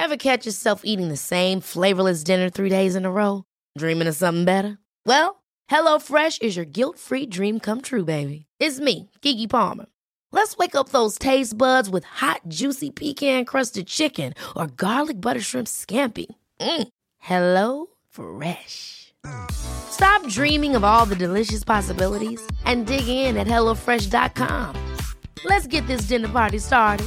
Ever catch yourself eating the same flavorless dinner 3 days in a row? Dreaming of something better? Well, HelloFresh is your guilt-free dream come true, baby. It's me, Keke Palmer. Let's wake up those taste buds with hot, juicy pecan-crusted chicken or garlic butter shrimp scampi. Hello Fresh. Stop dreaming of all the delicious possibilities and dig in at HelloFresh.com. Let's get this dinner party started.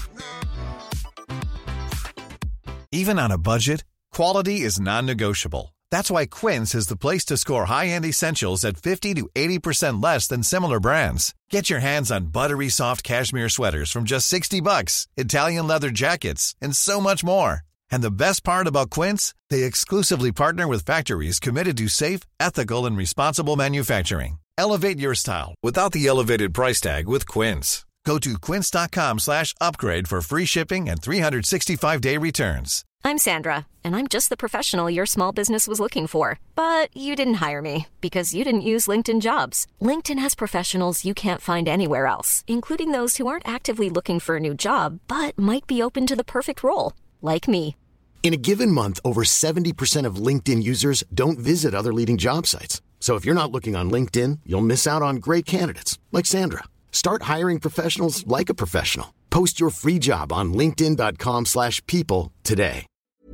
Even on a budget, quality is non-negotiable. That's why Quince is the place to score high-end essentials at 50 to 80% less than similar brands. Get your hands on buttery soft cashmere sweaters from just $60, Italian leather jackets, and so much more. And the best part about Quince, they exclusively partner with factories committed to safe, ethical, and responsible manufacturing. Elevate your style without the elevated price tag with Quince. Go to quince.com/upgrade for free shipping and 365-day returns. I'm Sandra, and I'm just the professional your small business was looking for. But you didn't hire me because you didn't use LinkedIn Jobs. LinkedIn has professionals you can't find anywhere else, including those who aren't actively looking for a new job, but might be open to the perfect role, like me. In a given month, over 70% of LinkedIn users don't visit other leading job sites. So if you're not looking on LinkedIn, you'll miss out on great candidates, like Sandra. Start hiring professionals like a professional. Post your free job on linkedin.com/people today.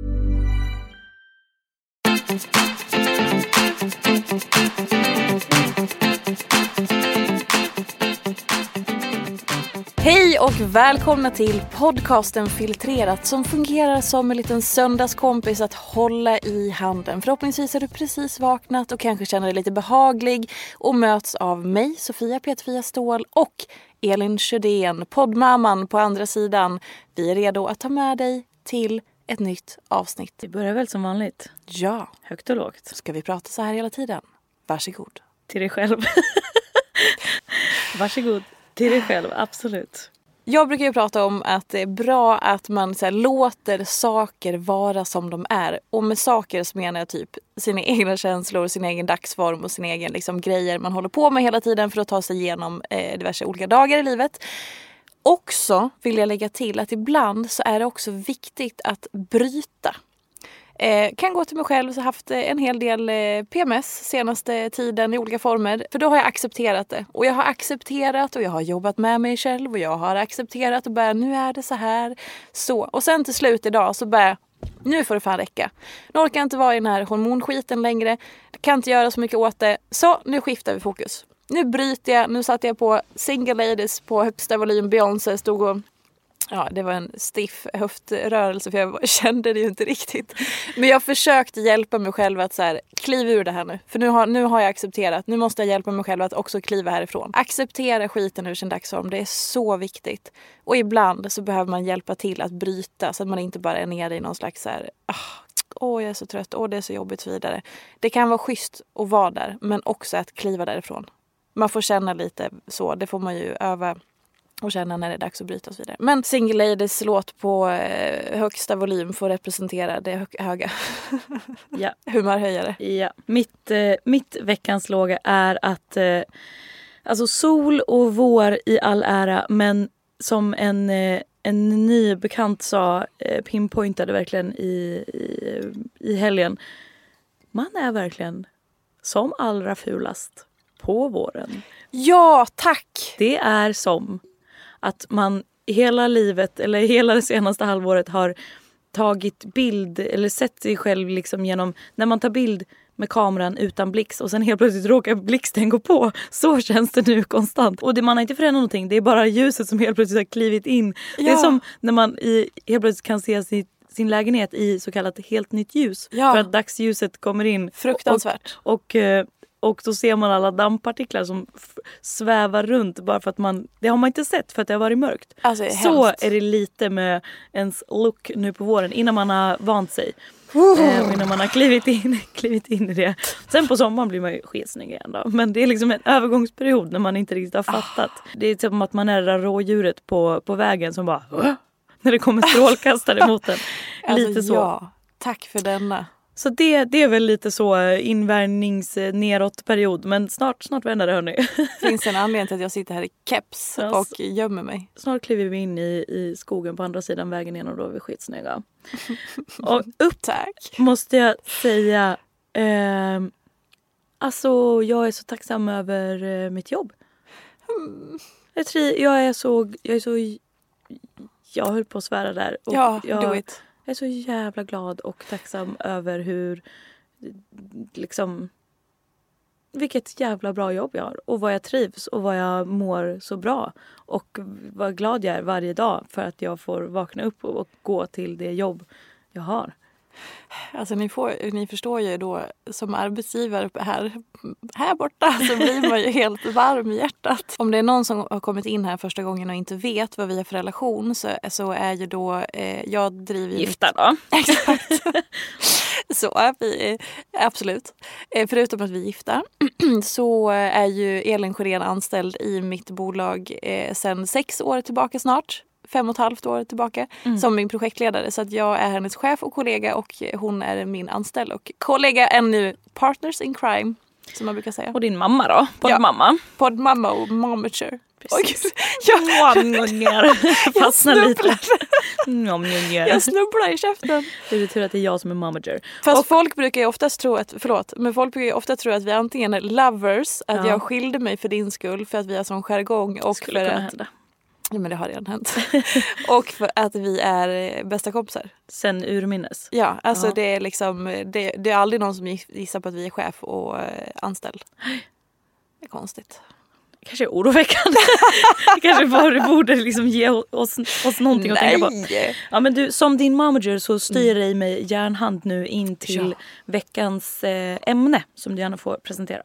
Hej och välkomna till podcasten Filtrerat som fungerar som en liten söndagskompis att hålla i handen. Förhoppningsvis har du precis vaknat och kanske känner dig lite behaglig och möts av mig, Sofia Peterfia Ståhl och Elin Sjödén, poddmamman på andra sidan. Vi är redo att ta med dig till ett nytt avsnitt. Det börjar väl som vanligt. Ja. Högt och lågt. Ska vi prata så här hela tiden? Varsågod. Till dig själv. Varsågod. Till dig själv, absolut. Jag brukar ju prata om att det är bra att man så här, låter saker vara som de är. Och med saker så menar jag typ sina egna känslor, sin egen dagsform och sin egen liksom, grejer man håller på med hela tiden för att ta sig igenom diverse olika dagar i livet. Också vill jag lägga till att ibland så är det också viktigt att bryta. Kan gå till mig själv så haft en hel del PMS senaste tiden i olika former. För då har jag accepterat det. Och jag har accepterat och jag har jobbat med mig själv. Och jag har accepterat och bara nu är det så här. Så. Och sen till slut idag så bara nu får det fan räcka. Nu orkar jag inte vara i den här hormonskiten längre. Jag kan inte göra så mycket åt det. Så nu skiftar vi fokus. Nu bryter jag. Nu satte jag på Single Ladies på högsta volym. Beyoncé stod och... Ja, det var en stiff höftrörelse för jag kände det ju inte riktigt. Men jag försökte hjälpa mig själv att så här, kliva ur det här nu. För nu har jag accepterat. Nu måste jag hjälpa mig själv att också kliva härifrån. Acceptera skiten ur sin dagsform. Det är så viktigt. Och ibland så behöver man hjälpa till att bryta. Så att man inte bara är nere i någon slags så här... jag är så trött. Det är så jobbigt vidare. Det kan vara schysst att vara där. Men också att kliva därifrån. Man får känna lite så. Det får man ju öva... och känna när det är dags att bryta och så vidare. Men Single Ladies låt på högsta volym får representera det höga. Ja. Humörhöjare. Ja. Mitt veckans låga är att alltså sol och vår i all ära, men som en ny bekant sa, pinpointade verkligen i helgen. Man är verkligen som allra fulast på våren. Ja, tack! Det är som att man hela livet eller hela det senaste halvåret har tagit bild eller sett sig själv liksom genom när man tar bild med kameran utan blixt och sen helt plötsligt råkar blixten gå på. Så känns det nu konstant. Och man har inte förändrat någonting. Det är bara ljuset som helt plötsligt har klivit in. Ja. Det är som när man helt plötsligt kan se sin lägenhet i så kallat helt nytt ljus. Ja. För att dagsljuset kommer in. Fruktansvärt. Och då ser man alla dammpartiklar som svävar runt bara för att det har man inte sett för att det har varit mörkt. Alltså, så är det lite med ens look nu på våren innan man har vant sig. Och innan man har klivit in i det. Sen på sommaren blir man ju skitsnygg igen då. Men det är liksom en övergångsperiod när man inte riktigt har fattat. Det är som att man är det där rådjuret på vägen som bara... När det kommer strålkastare mot en. Lite alltså, så. Ja, tack för denna. Så det är väl lite så invärnings neråt-period. Men snart vänder det, hörni. Finns en anledning till att jag sitter här i keps och gömmer mig. Snart kliver vi in i skogen på andra sidan vägen igen och då är vi skitsnygga. Och Tack. måste jag säga... Alltså, jag är så tacksam över mitt jobb. Jag höll på att svära där. Och do it. Jag är så jävla glad och tacksam över hur liksom vilket jävla bra jobb jag har och vad jag trivs och vad jag mår så bra och vad glad jag är varje dag för att jag får vakna upp och gå till det jobb jag har. Alltså ni förstår ju då som arbetsgivare här borta så blir man ju helt varm i hjärtat. Om det är någon som har kommit in här första gången och inte vet vad vi har för relation så är ju då jag driver gifta då. Exakt. Så vi absolut. Förutom att vi är gifta så är ju Elin Sjörén anställd i mitt bolag sedan 6 år tillbaka snart. 5,5 år tillbaka som min projektledare. Så att jag är hennes chef och kollega och hon är min anställd och kollega är nu partners in crime som man brukar säga. Och din mamma då? Poddmamma? Poddmamma och momager. Precis. Jag fastnar lite. Jag snubblar i käften. Det är tur att det är jag som är momager. Fast folk brukar ju oftast tro att, att vi antingen är lovers, att jag skilde mig för din skull för att vi har sån jargong och för att hända. Ja, men det har redan hänt. Och för att vi är bästa kompisar. Sen urminnes. Ja, alltså det är liksom det är aldrig någon som gissar på att vi är chef och anställd. Det är konstigt. Kanske är oroväckande. Kanske borde liksom ge oss någonting att tänka på. Ja, men du, som din momager så styr dig med järnhand nu in till veckans ämne som du gärna får presentera.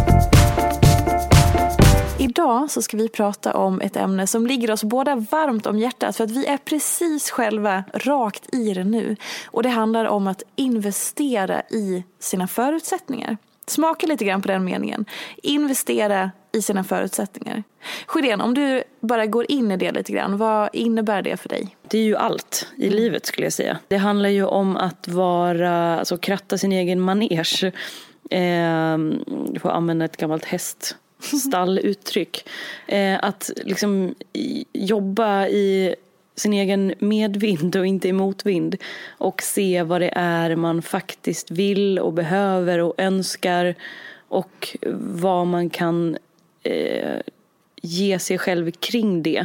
Idag så ska vi prata om ett ämne som ligger oss båda varmt om hjärtat för att vi är precis själva rakt i det nu. Och det handlar om att investera i sina förutsättningar. Smaka lite grann på den meningen. Investera i sina förutsättningar. Sjörén, om du bara går in i det lite grann, vad innebär det för dig? Det är ju allt i livet skulle jag säga. Det handlar ju om att alltså kratta sin egen manege. Du får använda ett gammalt stalluttryck. Att liksom jobba i sin egen medvind och inte i motvind och se vad det är man faktiskt vill och behöver och önskar och vad man kan ge sig själv kring det.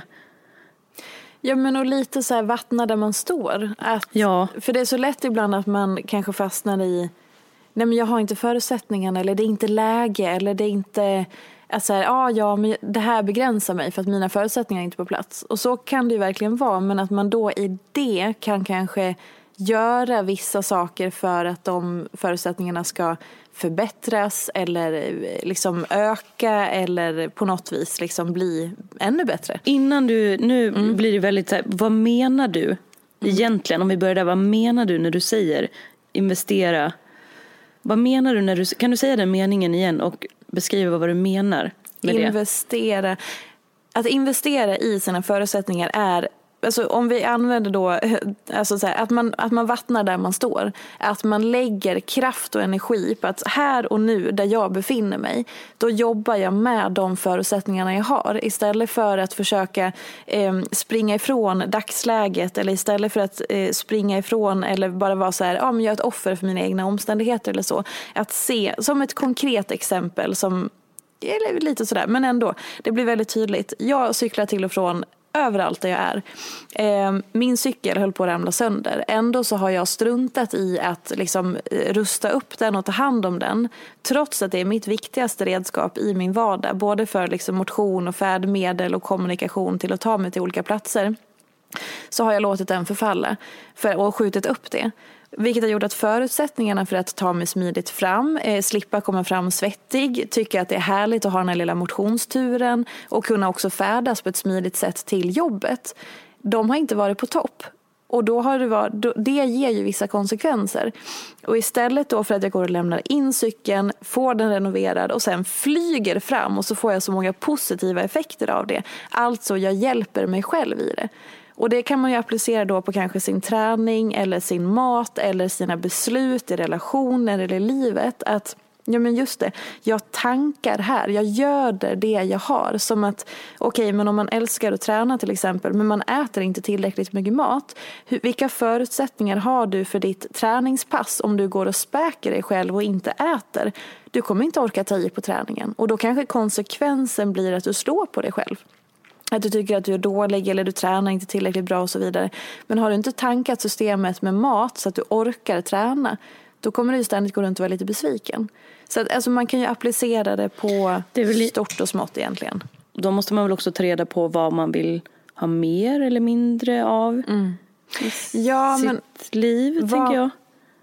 Ja, men och lite så här vattna där man står. För det är så lätt ibland att man kanske fastnar i nej, men jag har inte förutsättningarna eller det är inte läge eller det är inte att säga, men det här begränsar mig för att mina förutsättningar är inte på plats. Och så kan det ju verkligen vara, men att man då i det kan kanske göra vissa saker för att de förutsättningarna ska förbättras eller liksom öka eller på något vis liksom bli ännu bättre. Innan nu blir det väldigt så här, vad menar du egentligen? Om vi börjar där, vad menar du när du säger investera? Vad menar du kan du säga den meningen igen och beskriva vad du menar med det? Att investera i sina förutsättningar är, alltså om vi använder då alltså så här, att man vattnar där man står, att man lägger kraft och energi på att här och nu där jag befinner mig, då jobbar jag med de förutsättningarna jag har istället för att försöka springa ifrån dagsläget eller istället för att springa ifrån eller bara vara så här, men jag är ett offer för mina egna omständigheter eller så. Att se som ett konkret exempel som eller lite sådär, men ändå det blir väldigt tydligt. Jag cyklar till och från överallt där jag är. Min cykel höll på att ramla sönder. Ändå så har jag struntat i att liksom rusta upp den och ta hand om den. Trots att det är mitt viktigaste redskap i min vardag. Både för liksom motion och färdmedel och kommunikation till att ta mig till olika platser. Så har jag låtit den förfalla och skjutit upp det. Vilket har gjort att förutsättningarna för att ta mig smidigt fram, slippa komma fram svettig, tycka att det är härligt att ha den här lilla motionsturen och kunna också färdas på ett smidigt sätt till jobbet, de har inte varit på topp. Och då har det ger ju vissa konsekvenser. Och istället då för att jag går och lämnar in cykeln, får den renoverad och sen flyger fram och så får jag så många positiva effekter av det. Alltså jag hjälper mig själv i det. Och det kan man ju applicera då på kanske sin träning eller sin mat eller sina beslut i relationer eller i livet. Att ja, men just det, jag tankar här, jag gör det jag har. Som att, okej, men om man älskar att träna till exempel, men man äter inte tillräckligt mycket mat. Vilka förutsättningar har du för ditt träningspass om du går och späker dig själv och inte äter? Du kommer inte orka ta i på träningen. Och då kanske konsekvensen blir att du slår på dig själv. Att du tycker att du är dålig eller du tränar inte tillräckligt bra och så vidare. Men har du inte tankat systemet med mat så att du orkar träna, då kommer du ständigt gå runt och vara lite besviken. Så att, alltså, man kan ju applicera det på stort och smått egentligen. Då måste man väl också ta reda på vad man vill ha mer eller mindre av i sitt liv, tänker jag.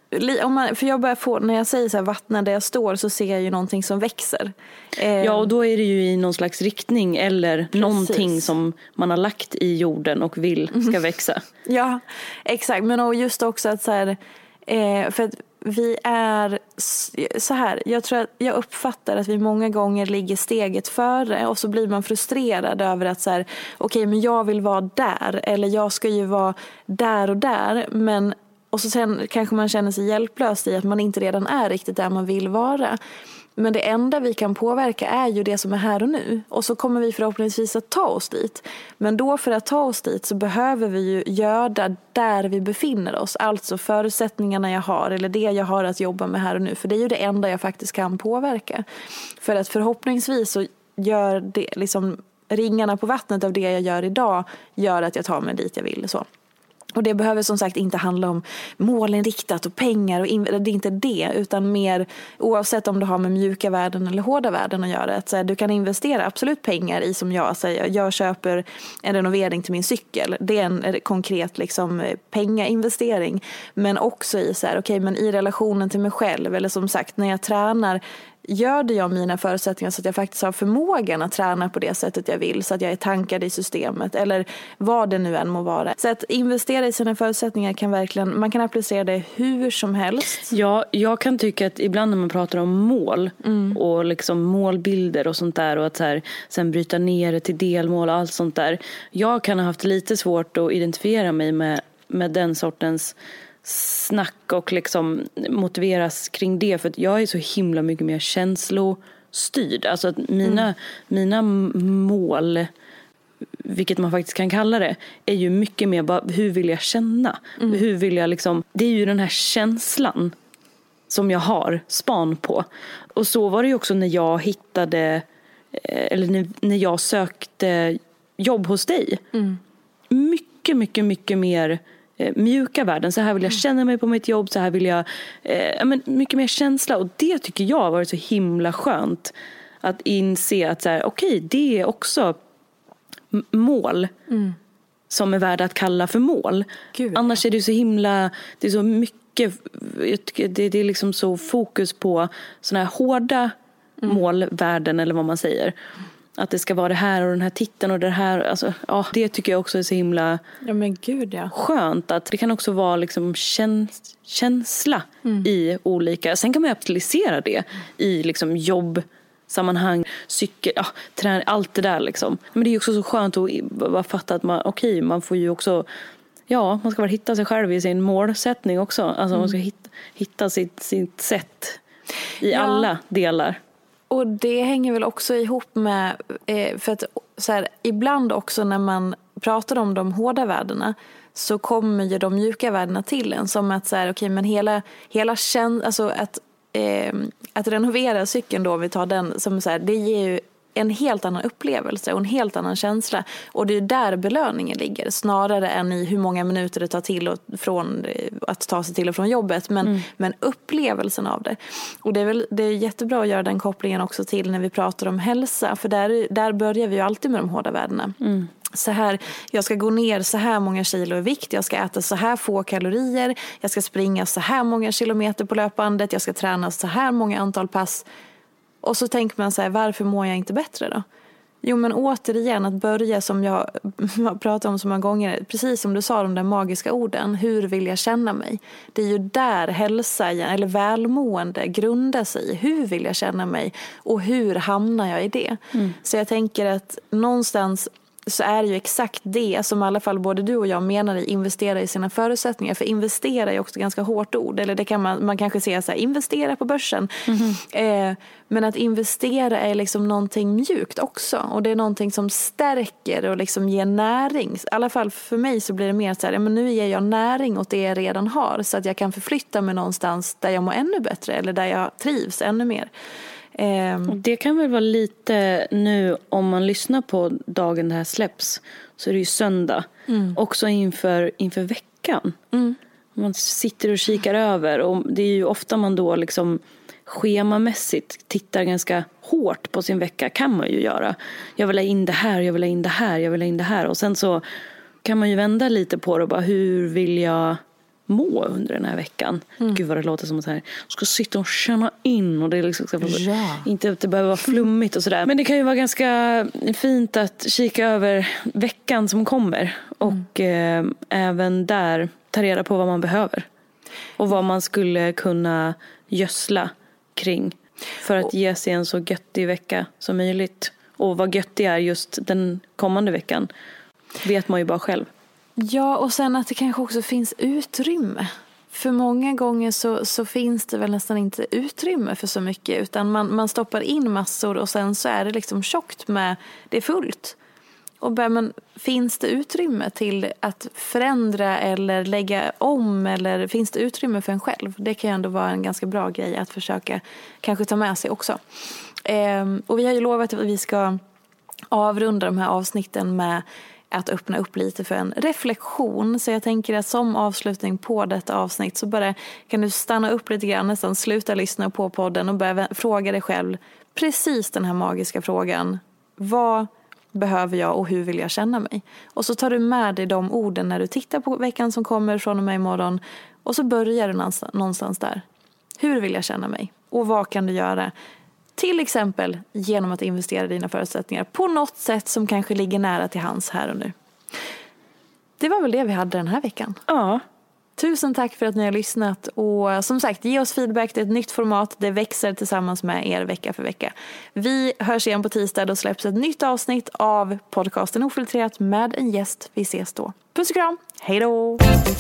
För jag börjar få, när jag säger så här, vattna där jag står, så ser jag ju någonting som växer. Ja, och då är det ju i någon slags riktning eller någonting som man har lagt i jorden och vill ska växa. Ja, exakt. Men just också att så här, för att vi är så här, jag uppfattar att vi många gånger ligger steget före och så blir man frustrerad över att så här, okej, men jag vill vara där eller jag ska ju vara där och där, men och så sen kanske man känner sig hjälplös i att man inte redan är riktigt där man vill vara. Men det enda vi kan påverka är ju det som är här och nu. Och så kommer vi förhoppningsvis att ta oss dit. Men då för att ta oss dit så behöver vi ju göra där vi befinner oss. Alltså förutsättningarna jag har eller det jag har att jobba med här och nu. För det är ju det enda jag faktiskt kan påverka. För att förhoppningsvis så gör det liksom ringarna på vattnet av det jag gör idag gör att jag tar mig dit jag vill. Så. Och det behöver som sagt inte handla om målinriktat och pengar och det är inte det, utan mer oavsett om du har med mjuka värden eller hårda värden att göra. Att, så här, du kan investera absolut pengar i, som jag säger, jag köper en renovering till min cykel. Det är en konkret liksom pengainvestering, men också i så här, okej, men i relationen till mig själv eller som sagt när jag tränar, gör det jag mina förutsättningar så att jag faktiskt har förmågan att träna på det sättet jag vill, så att jag är tankad i systemet eller vad det nu än må vara. Så att investera i sina förutsättningar kan verkligen, man kan applicera det hur som helst. Ja, jag kan tycka att ibland när man pratar om mål och liksom målbilder och sånt där och att så här, sen bryta ner det till delmål och allt sånt där. Jag kan ha haft lite svårt att identifiera mig med den sortens snack och liksom motiveras kring det, för att jag är så himla mycket mer känslostyrd. Alltså att mina mål, vilket man faktiskt kan kalla det, är ju mycket mer bara hur vill jag känna? Hur vill jag liksom, det är ju den här känslan som jag har span på. Och så var det ju också när jag hittade eller när jag sökte jobb hos dig. Mycket mer mjuka värden. Så här vill jag känna mig på mitt jobb. Så här vill jag mycket mer känsla. Och det tycker jag har varit så himla skönt. Att inse att så här, okej, det är också mål som är värda att kalla för mål. Gud. Annars är det så himla, det är så mycket, det är liksom så fokus på såna här hårda målvärden eller vad man säger. Att det ska vara det här och den här titeln och det här. Alltså, ja, det tycker jag också är så himla skönt. Att det kan också vara liksom känsla i olika. Sen kan man applicera det i liksom jobbsammanhang, cykel, träning, allt det där liksom. Men det är också så skönt att bara fatta att man får ju också, man ska bara hitta sig själv i sin målsättning också. Alltså man ska hitta sitt sätt i alla delar. Och det hänger väl också ihop med, för att så här, ibland också när man pratar om de hårda värdena så kommer ju de mjuka värdena till en. Som att så här, okej, men hela alltså att renovera cykeln då, vi tar den som så här, det ger ju en helt annan upplevelse och en helt annan känsla. Och det är där belöningen ligger, snarare än i hur många minuter det tar till och från att ta sig till och från jobbet. Men upplevelsen av det. Och det är jättebra att göra den kopplingen också till när vi pratar om hälsa. För där börjar vi ju alltid med de hårda värdena. Så här, jag ska gå ner så här många kilo i vikt, jag ska äta så här få kalorier, jag ska springa så här många kilometer på löpbandet, jag ska träna så här många antal pass. Och så tänker man så här, varför mår jag inte bättre då? Jo, men återigen att börja, som jag pratar om så många gånger, precis som du sa, de där magiska orden, hur vill jag känna mig? Det är ju där hälsa eller välmående grundar sig. Hur vill jag känna mig och hur hamnar jag i det? Så jag tänker att någonstans så är det ju exakt det som i alla fall både du och jag menar i investera i sina förutsättningar. För investera är också ganska hårt ord. Eller det kan man kanske säga så här, investera på börsen. Men att investera är liksom någonting mjukt också. Och det är någonting som stärker och liksom ger näring. I alla fall för mig så blir det mer så här, men nu ger jag näring åt det jag redan har. Så att jag kan förflytta mig någonstans där jag mår ännu bättre. Eller där jag trivs ännu mer. Det kan väl vara lite nu om man lyssnar på dagen det här släpps, så är det ju söndag. Också inför veckan. Man sitter och kikar över, och det är ju ofta man då liksom schemamässigt tittar ganska hårt på sin vecka, kan man ju göra. Jag vill ha in det här, jag vill ha in det här, jag vill ha in det här. Och sen så kan man ju vända lite på det och bara, hur vill jag må under den här veckan? Gud vad det låter som så här, ska sitta och känna in, och det är liksom inte att det behöver vara flummigt och sådär. Men det kan ju vara ganska fint att kika över veckan som kommer och även där ta reda på vad man behöver och vad man skulle kunna gödsla kring för att ge sig en så göttig vecka som möjligt. Och vad göttig är just den kommande veckan vet man ju bara själv. Ja, och sen att det kanske också finns utrymme. För många gånger så finns det väl nästan inte utrymme för så mycket. Utan man stoppar in massor och sen så är det liksom tjockt med, det är fullt. Och men finns det utrymme till att förändra eller lägga om, eller finns det utrymme för en själv? Det kan ju ändå vara en ganska bra grej att försöka kanske ta med sig också. Och vi har ju lovat att vi ska avrunda de här avsnitten med att öppna upp lite för en reflektion. Så jag tänker att som avslutning på detta avsnitt så bara kan du stanna upp lite grann, nästan sluta lyssna på podden och börja fråga dig själv precis den här magiska frågan. Vad behöver jag och hur vill jag känna mig? Och så tar du med dig de orden när du tittar på veckan som kommer från och med imorgon, och så börjar du någonstans där. Hur vill jag känna mig? Och vad kan du göra? Till exempel genom att investera i dina förutsättningar på något sätt som kanske ligger nära till hands här och nu. Det var väl det vi hade den här veckan. Ja. Tusen tack för att ni har lyssnat. Och som sagt, ge oss feedback. Det är ett nytt format. Det växer tillsammans med er vecka för vecka. Vi hörs igen på tisdag. Då släpps ett nytt avsnitt av podcasten Ofiltrerat med en gäst. Vi ses då. Puss och kram. Hej då!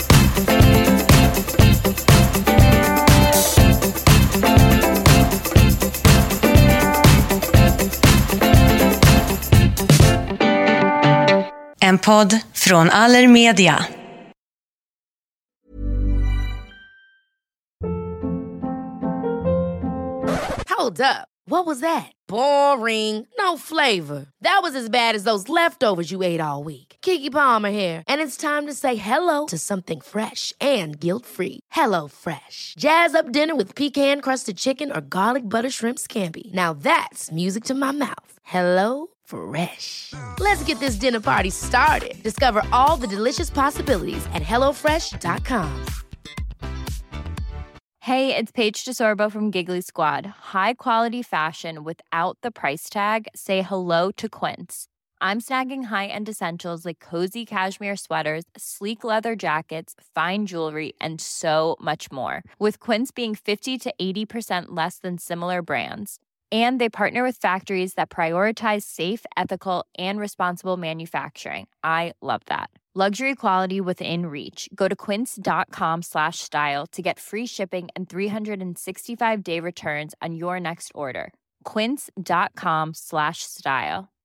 En podd från Allermedia. Hold up. What was that? Boring. No flavor. That was as bad as those leftovers you ate all week. Keke Palmer here. And it's time to say hello to something fresh and guilt-free. Hello Fresh. Jazz up dinner with pecan-crusted chicken or garlic butter shrimp scampi. Now that's music to my mouth. Hello Fresh. Let's get this dinner party started. Discover all the delicious possibilities at hellofresh.com. Hey, it's Paige DeSorbo from Giggly Squad. High quality fashion without the price tag. Say hello to Quince. I'm snagging high-end essentials like cozy cashmere sweaters, sleek leather jackets, fine jewelry, and so much more. With Quince being 50 to 80% less than similar brands. And they partner with factories that prioritize safe, ethical, and responsible manufacturing. I love that. Luxury quality within reach. Go to quince.com/style to get free shipping and 365-day returns on your next order. Quince.com/style.